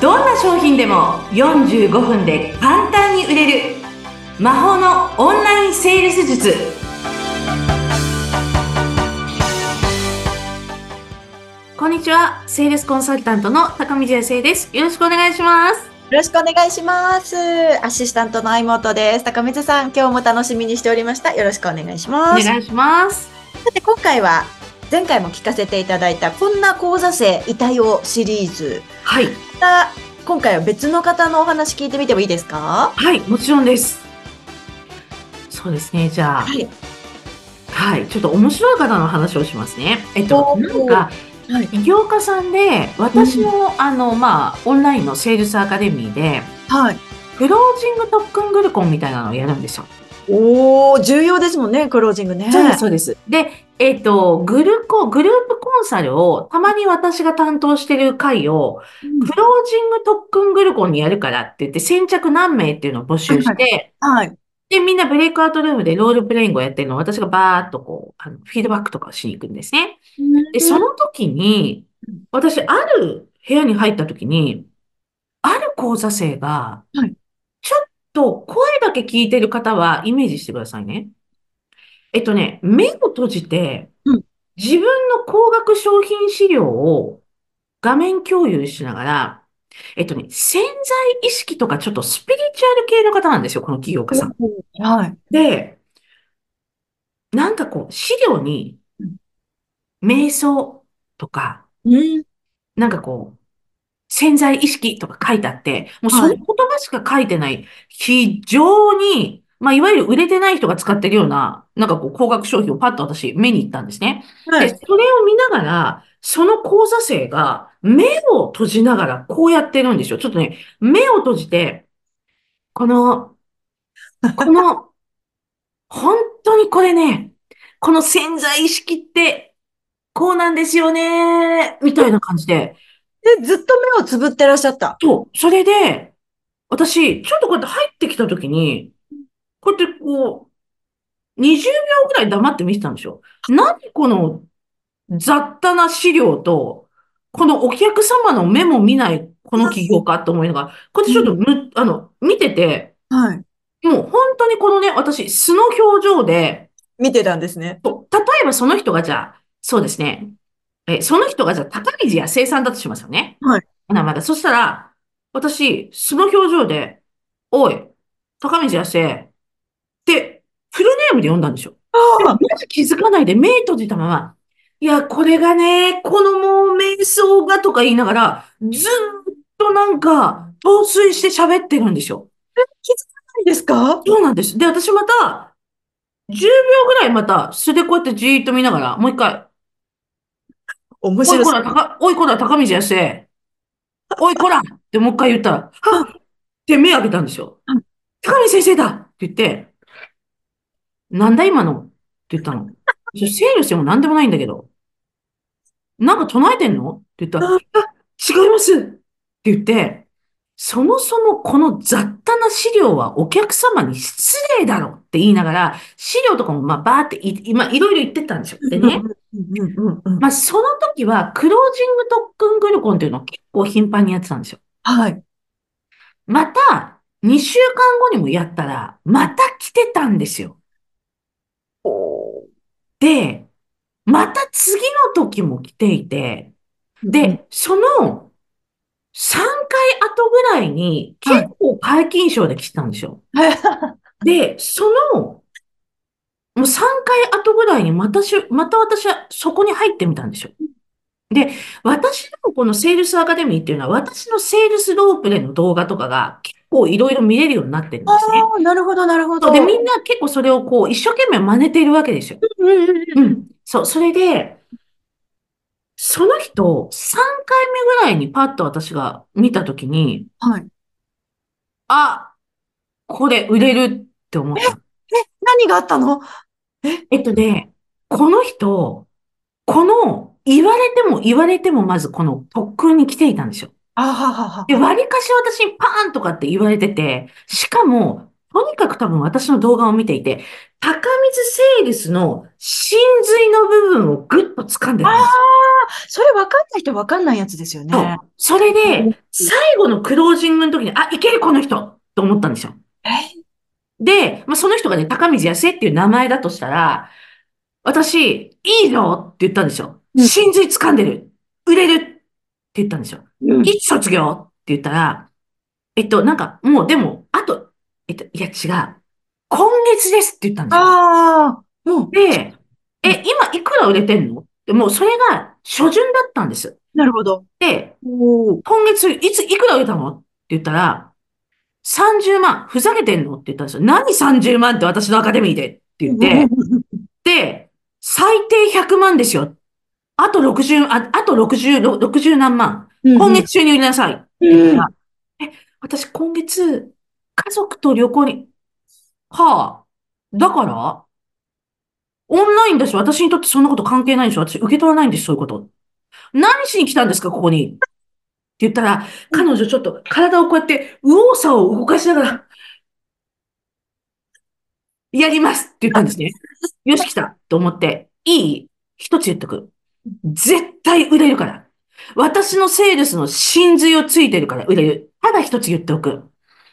どんな商品でも45分で簡単に売れる魔法のオンラインセールス術。こんにちは、セールスコンサルタントの高見彩生です。よろしくお願いします。 よろしくお願いします。アシスタントの妹です。高水さん、今日も楽しみにしておりました。よろしくお願いしおます。 願いします。 さて、今回は、前回も聞かせていただいた、こんな講座生いたよシリーズ。 はい。 また今回は別の方のお話聞いてみてもいいですか？ はい、もちろんです。そうですね、じゃあ、 はい。 はい、ちょっと面白い方の話をしますね。なんか、 はい。 起業家さんで、私の、オンラインのセールスアカデミーで、 はい。 クロージング特訓グルコンみたいなのをやるんですよ。 おー、重要ですもんね、クロージングね。 そうです、そうです。で、グループコンサルをたまに私が担当してる会を、 うん。 クロージング特訓グルコンにやるからって言って、先着何名っていうのを募集しはい。 て、 はい。 で、みんなブレイクアウトルームでロールプレイングをやってるのを私がバーっとフィードバックとかをしに行くんですね。で、その時に、私、ある部屋に入った時に、ある講座生が、 はい。 ちょっと声だけ聞いてる方はイメージしてくださいね。目を閉じて、 うん。 自分の高額商品資料を画面共有しながら、潜在意識とかちょっとスピリチュアル系の方なんですよ、この起業家さん。 はい。 で、なんか資料に瞑想とか、 うん。 なんか潜在意識とか書いてあって、もうその言はい。 葉しか書いてない、非常に、いわゆる売れてない人が使ってるような、高額商品をパッと私目に行ったんですね。で、そはい。 れを見ながら、その講座生が目を閉じながらこうやってるんですよ。ちょっとね、目を閉じて、この、この、本当にこれね、この潜在意識ってこうなんですよね、みたいな感じで、 で、ずっと目をつぶってらっしゃった。 それで、私、ちょっとこうやって入ってきた時に、こうやって20秒ぐらい黙って見てたんですよ。何この雑多な資料と、このお客様の目も見ないこの企業家と思いながら、こうやってちょっとうん。 見てて、 はい。 もう本当にこのね、私、素の表情で、 見てたんですね。 例えばその人がじゃあ、そうですね、その人がじゃあ、高水康生さんだとしますよね。 はい。 名前が。そしたら、私、素の表情で、おい、高水康生ってフルネームで呼んだんですよ。でも、 あまず気づかないで目閉じたまま、いや、これがね、このもう瞑想がとか言いながら、ずっと陶酔して喋ってるんですよ。 気づかないですか？ そうなんです。で、私また、10秒ぐらいまた素でこうやってじーっと見ながら、もう一回、 面白い。 おいこら、高水康生。おいこらってもう一回言ったら、はあ、 っって目開けたんですよ。 あ、 高見先生だって言って、なんだ今のって言ったの。セールスでもなんでもないんだけど、なんか唱えてんのって言ったら、 あ、 違いますって言って、そもそもこの雑多な資料はお客様に失礼だろって言いながら、資料とかもバーっていろいろ言ってったんですよ。でね、 うんうんうんうんうんうん。 その時はクロージング特訓グルコンっていうのを結構頻繁にやってたんですよ。 はい。 また、2週間後にもやったら、また来てたんですよ。 おー。 で、また次の時も来ていて、 うんうん。 で、その3回後ぐらいに結はい。 構皆勤賞で来てたんですよ。 はで、もう3回後ぐらいにまた私はそこに入ってみたんですよ。で、私のこのセールスアカデミーっていうのは私のセールスロープでの動画とかが結構いろいろ見れるようになってるんあですね。 あ、なるほど、なるほそうで、みど。 んな結構それを一生懸命真似ているわけですよ。 うんうんうんうん。 うん。そう、それで、その人、3回目ぐらいにパッと私が見たときに、 はい。 あ、これ売れるって思った。 何があったの？え、 えっとね、この人、言われても言われてもまずこの特訓に来ていたんですよ。 あはははで、 は。 割かし私にパーンとかって言われてて、しかも、とにかく多分私の動画を見ていて、高水セールスの真髄の部分をぐっと掴んでああ、 たんです。 それ分かんない人分かんないやつですよね。 そう。それうんで、最後のクロージングの時に、あ、いける、この人と思ったんですよ。 えで、その人がね、高水康っていう名前だとしたら、私、いいのって言ったんですよ。 うん、 真髄掴んでる。売れるって言ったんですよ。 うん。 いつ卒業って言ったら、もうでも、あと、いや違う。今月ですって言ったんですよ。 ああ、もう、 で、 うん、 今いくら売れてんのでもうそれが初旬だったんです。 なるほど。 で、 おー今月いくら売れたのって言ったら、30万。ふざけてんのって言ったんですよ。何30万って私のアカデミーでって言って、で、最低100万ですよ。あと60、60何万。今うんうん。 月中に売りなさいって言ったら、 うん。 私今月、家族と旅行に、はあ、だからオンラインだし、私にとってそんなこと関係ないでしょ。私受け取らないんです、そういうこと。何しに来たんですか、ここに。って言ったら、彼女ちょっと体をこうやって右往左往動かしながら、やりますって言ったんですね。よし、来たと思って、いい一つ言っとく。絶対売れるから。私のセールスの真髄をついてるから売れる。ただ一つ言っておく。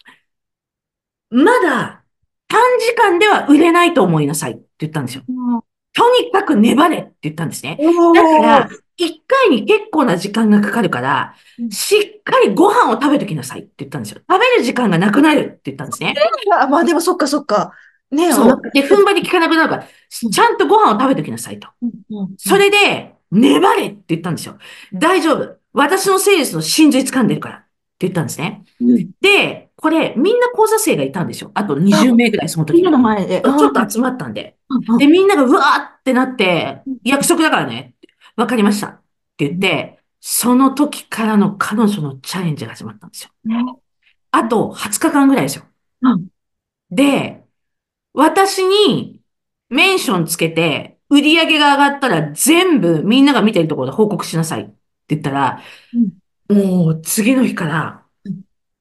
まだ短時間では売れないと思いなさいって言ったんですよ。とにかく粘れって言ったんですね。だかおー。 ら、一回に結構な時間がかかるから、しっかりご飯を食べときなさいって言ったんですよ。食べる時間がなくなるって言ったんですね。 あ、まあでもそっかそっか。ねえ、お腹。 そう。で、踏ん張り効かなくなるから、ちゃんとご飯を食べときなさいと。 うんうんうそんれで、粘れって言ったんですよ。大丈夫。私のセールスの真髄掴んでるからって言ったんですね。 うん。 で、これ、みんな講座生がいたんですよ。あとあ、 20名ぐらい、そのみんな時。 の前で。 ちょっうんと集まったんで。で、 うんみんながうわーってなって、 うん約束だからね。わかりました。って言って、その時からの彼女のチャレンジが始まったんですよ。 ねあと20日間ぐらいですよ。 うんで、私にメンションつけて、売り上げが上がったら全部みんなが見てるところで報告しなさいって言ったら、 うんもう次の日からうん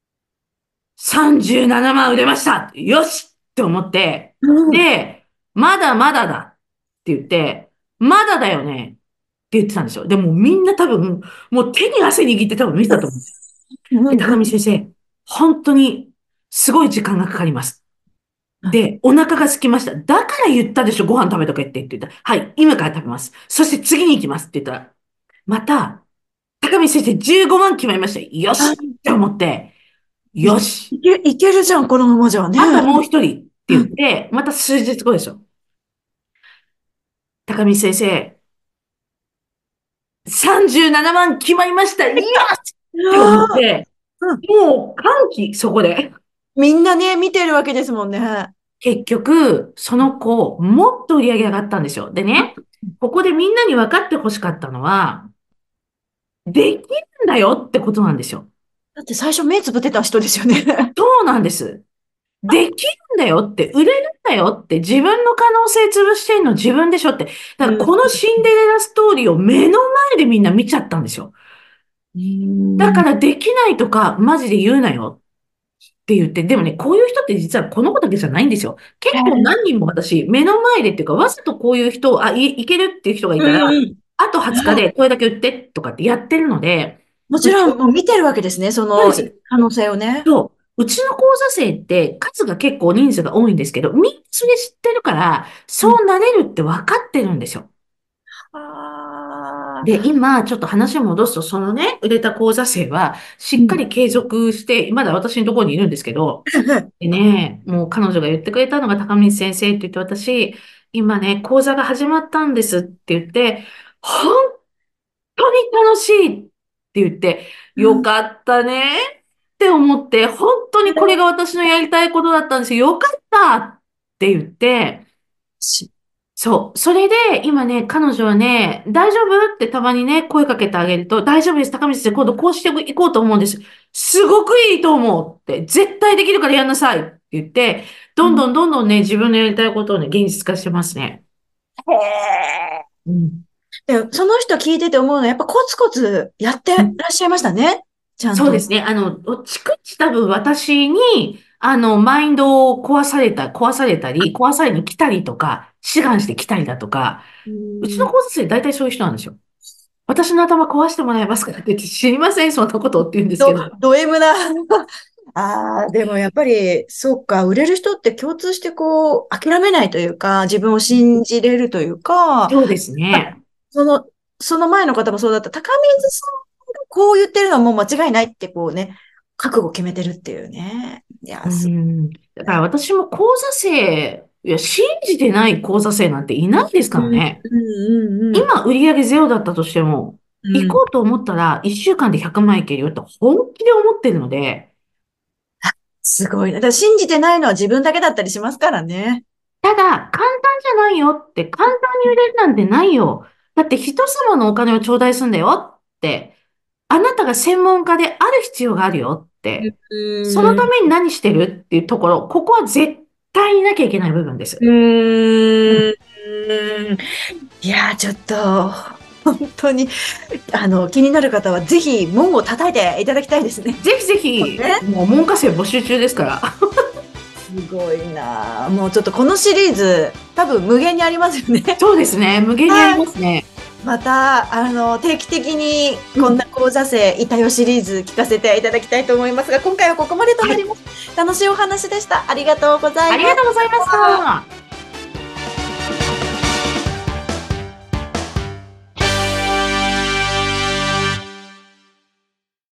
37万売れましたよしって思って、 うんで、まだまだだって言って、まだだよねって言ってたんですよ。でもみんな多分、もう手に汗握って多分見てたと思うんですよ。で、高見先生、本当にすごい時間がかかります。で、お腹が空きました。だから言ったでしょ、ご飯食べとけって言ったら、はい、今から食べます。そして次に行きますって言ったら、また、高見先生15万決まりました。よあ、 しって思って、 い、 よし。 いけるじゃん、このままじゃね。 あともう一人ってうん。 言って、また数日後ですよ。高見先生、37万決まりました。よしって思っあて、 ーうん。 もう歓喜、そこで。 みんなね、見てるわけですもんね。あ結局、その子、もっと売り上げ上がったんですよ。でね、ここでみんなに分かって欲しかったのは、できるんだよってことなんですよ。 だって最初目つぶってた人ですよね。 そうなんです。できるんだよって、売れるんだよって、自分の可能性潰してんの自分でしょって。だからうん。 このシンデレラストーリーを目の前でみんな見ちゃったんですよ。 うん。 だからできないとか、マジで言うなよって言って、でもね、こういう人って実はこの子だけじゃないんですよ。結構何人も私、目の前でっていうか、わざとこういう人、いけるっていう人がいうたら、 んうん。 あと20日でこれだけ売ってとかってやってるので、うち、 もちろん、もう見てるわけですね、そのそうです。 可能性をね。 そう。うちの講座生って数が結構人数が多いんですけど、みんなそれ知ってるから、 うん。 そうなれるって分かってるんですよ。 あで、今、ちょっと話を戻すと、そのね、売れた講座生は、しーうん。 っかり継続して、まだ私のところにいるんですけど、でね、もう彼女が言ってくれたのが高水先生って言って私、今ね、講座が始まったんですって言って、本当に楽しいって言って、よかったねって思って、本当にこれが私のやりたいことだったんですよ。よかったって言って、 しそう。それで、今ね、彼女はね、大丈夫ってたまにね、声かけてあげると、大丈夫です。高見先生、今度こうしていこうと思うんです。すごくいいと思うって、絶対できるからやんなさいって言って、どんうんどんどんどんね、自分のやりたいことをね、現実化してますね。 へえ。 うん。 で、その人聞いてて思うのは、やっぱコツコツやってらっしゃいましたね。ちゃんと。 そうですね。逐一多分私に、マインドを壊されたり、壊されに来たりとか、志願して来たりだとか、 ううちのん。 講座生大体そういう人なんですよ。 私の頭壊してもらえますかって言って、知りません、そんなことって言うんですけど。 ド M な。ああ、でもやっぱり、そうか、売れる人って共通してこう、諦めないというか、自分を信じれるというか、 そうですあね。 その、その前の方もそうだった。高水さんがこう言ってるのはもう間違いないってこうね、覚悟決めてるっていうね。いや、 うん。だから私も講座生、いや、信じてない講座生なんていないですうん、 からね。 うん、うん、 今、売上ゼロだったとしても、 うん。 行こうと思ったら、1週間で100万いけるよって本気で思ってるので、 すごいね。だから信じてないのは自分だけだったりしますからね。 ただ、簡単じゃないよって、簡単に売れるなんてないよ。だって人様のお金を頂戴すんだよって、あなたが専門家である必要があるよって、そのうん。 ために何してるっていうところ、ここは絶対になきゃいけない部分です。 うーん。 うん。 いやー、ちょっと、本当に、気になる方はぜひ門を叩いていただきたいですね。 ぜひぜひ、 ね。 もう門下生募集中ですから。 すごいなー。もうちょっとこのシリーズ、多分無限にありますよね。 そうですね。無限にありはい。 ますね。 また、定期的にうん。 こんな講座生、いたよシリーズ聞かせていただきたいと思いますが、今回はここまでとはい。 なります。楽しいお話でした。ありがとうございます。 ありがとうございました。